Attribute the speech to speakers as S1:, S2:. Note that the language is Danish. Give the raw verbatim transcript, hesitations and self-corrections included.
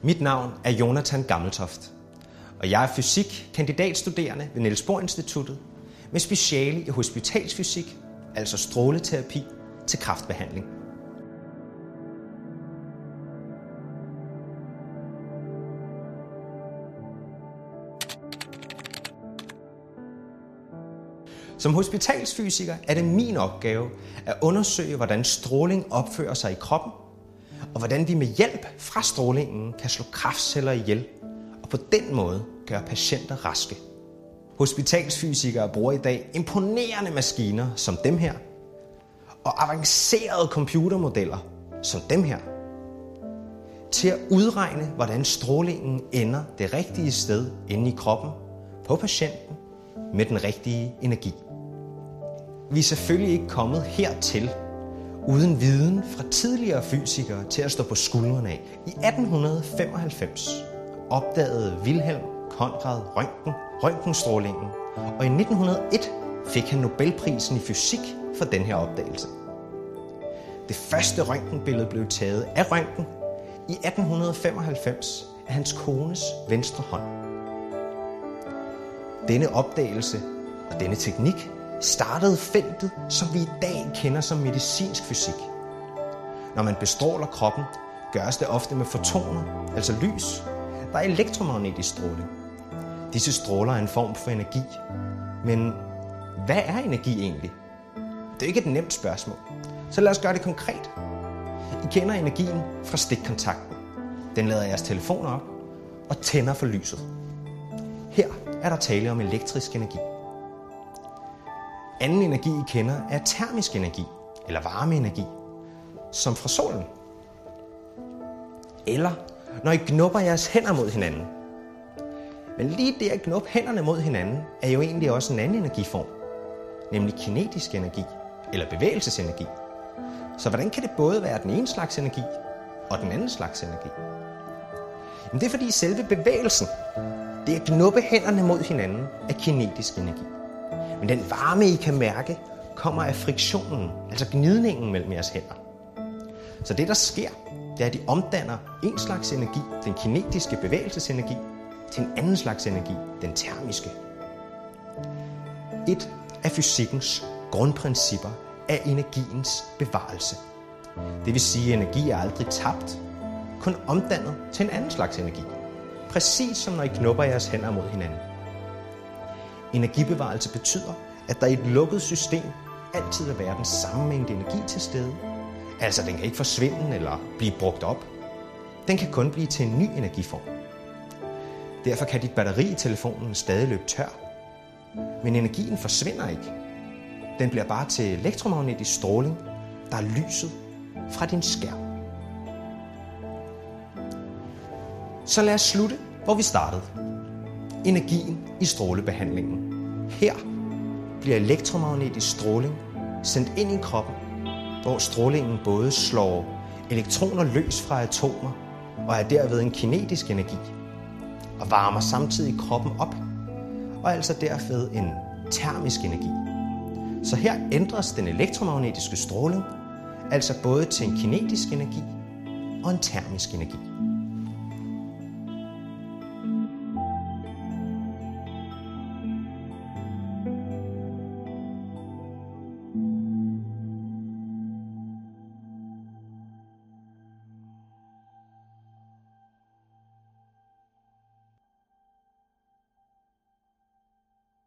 S1: Mit navn er Jonathan Gammeltoft, og jeg er fysik-kandidatstuderende ved Niels Bohr Instituttet med speciale i hospitalsfysik, altså stråleterapi til kræftbehandling. Som hospitalsfysiker er det min opgave at undersøge, hvordan stråling opfører sig i kroppen, og hvordan vi med hjælp fra strålingen kan slå kræftceller ihjel, og på den måde gøre patienter raske. Hospitalsfysikere bruger i dag imponerende maskiner som dem her, og avancerede computermodeller som dem her, til at udregne, hvordan strålingen ender det rigtige sted inde i kroppen på patienten med den rigtige energi. Vi er selvfølgelig ikke kommet hertil uden viden fra tidligere fysikere til at stå på skuldrene af. I atten femoghalvfems opdagede Wilhelm Conrad Röntgen røntgenstrålingen, og i nitten hundrede og en fik han Nobelprisen i fysik for den her opdagelse. Det første røntgenbillede blev taget af Röntgen i atten femoghalvfems af hans kones venstre hånd. Denne opdagelse og denne teknik startede feltet, som vi i dag kender som medicinsk fysik. Når man bestråler kroppen, gøres det ofte med fotoner, altså lys, der er elektromagnetisk stråling. Disse stråler er en form for energi. Men hvad er energi egentlig? Det er ikke et nemt spørgsmål, så lad os gøre det konkret. I kender energien fra stikkontakten. Den lader jeres telefon op og tænder for lyset. Her er der tale om elektrisk energi. Anden energi, I kender, er termisk energi, eller varmeenergi, som fra solen. Eller når I gnubber jeres hænder mod hinanden. Men lige det at gnubbe hænderne mod hinanden, er jo egentlig også en anden energiform, nemlig kinetisk energi, eller bevægelsesenergi. Så hvordan kan det både være den ene slags energi, og den anden slags energi? Jamen det er fordi selve bevægelsen, det at gnubbe hænderne mod hinanden, er kinetisk energi. Men den varme, I kan mærke, kommer af friktionen, altså gnidningen mellem jeres hænder. Så det, der sker, det er, at de omdanner en slags energi, den kinetiske bevægelsesenergi, til en anden slags energi, den termiske. Et af fysikkens grundprincipper er energiens bevarelse. Det vil sige, at energi er aldrig tabt, kun omdannet til en anden slags energi. Præcis som når I knupper jeres hænder mod hinanden. Energibevarelse betyder, at der i et lukket system altid vil være den samme mængde energi til stede. Altså, den kan ikke forsvinde eller blive brugt op. Den kan kun blive til en ny energiform. Derfor kan dit batteri i telefonen stadig løbe tør. Men energien forsvinder ikke. Den bliver bare til elektromagnetisk stråling, der er lyset fra din skærm. Så lad os slutte, hvor vi startede. Energien i strålebehandlingen. Her bliver elektromagnetisk stråling sendt ind i kroppen, hvor strålingen både slår elektroner løs fra atomer og er derved en kinetisk energi, og varmer samtidig kroppen op, og altså derved en termisk energi. Så her ændres den elektromagnetiske stråling altså både til en kinetisk energi og en termisk energi.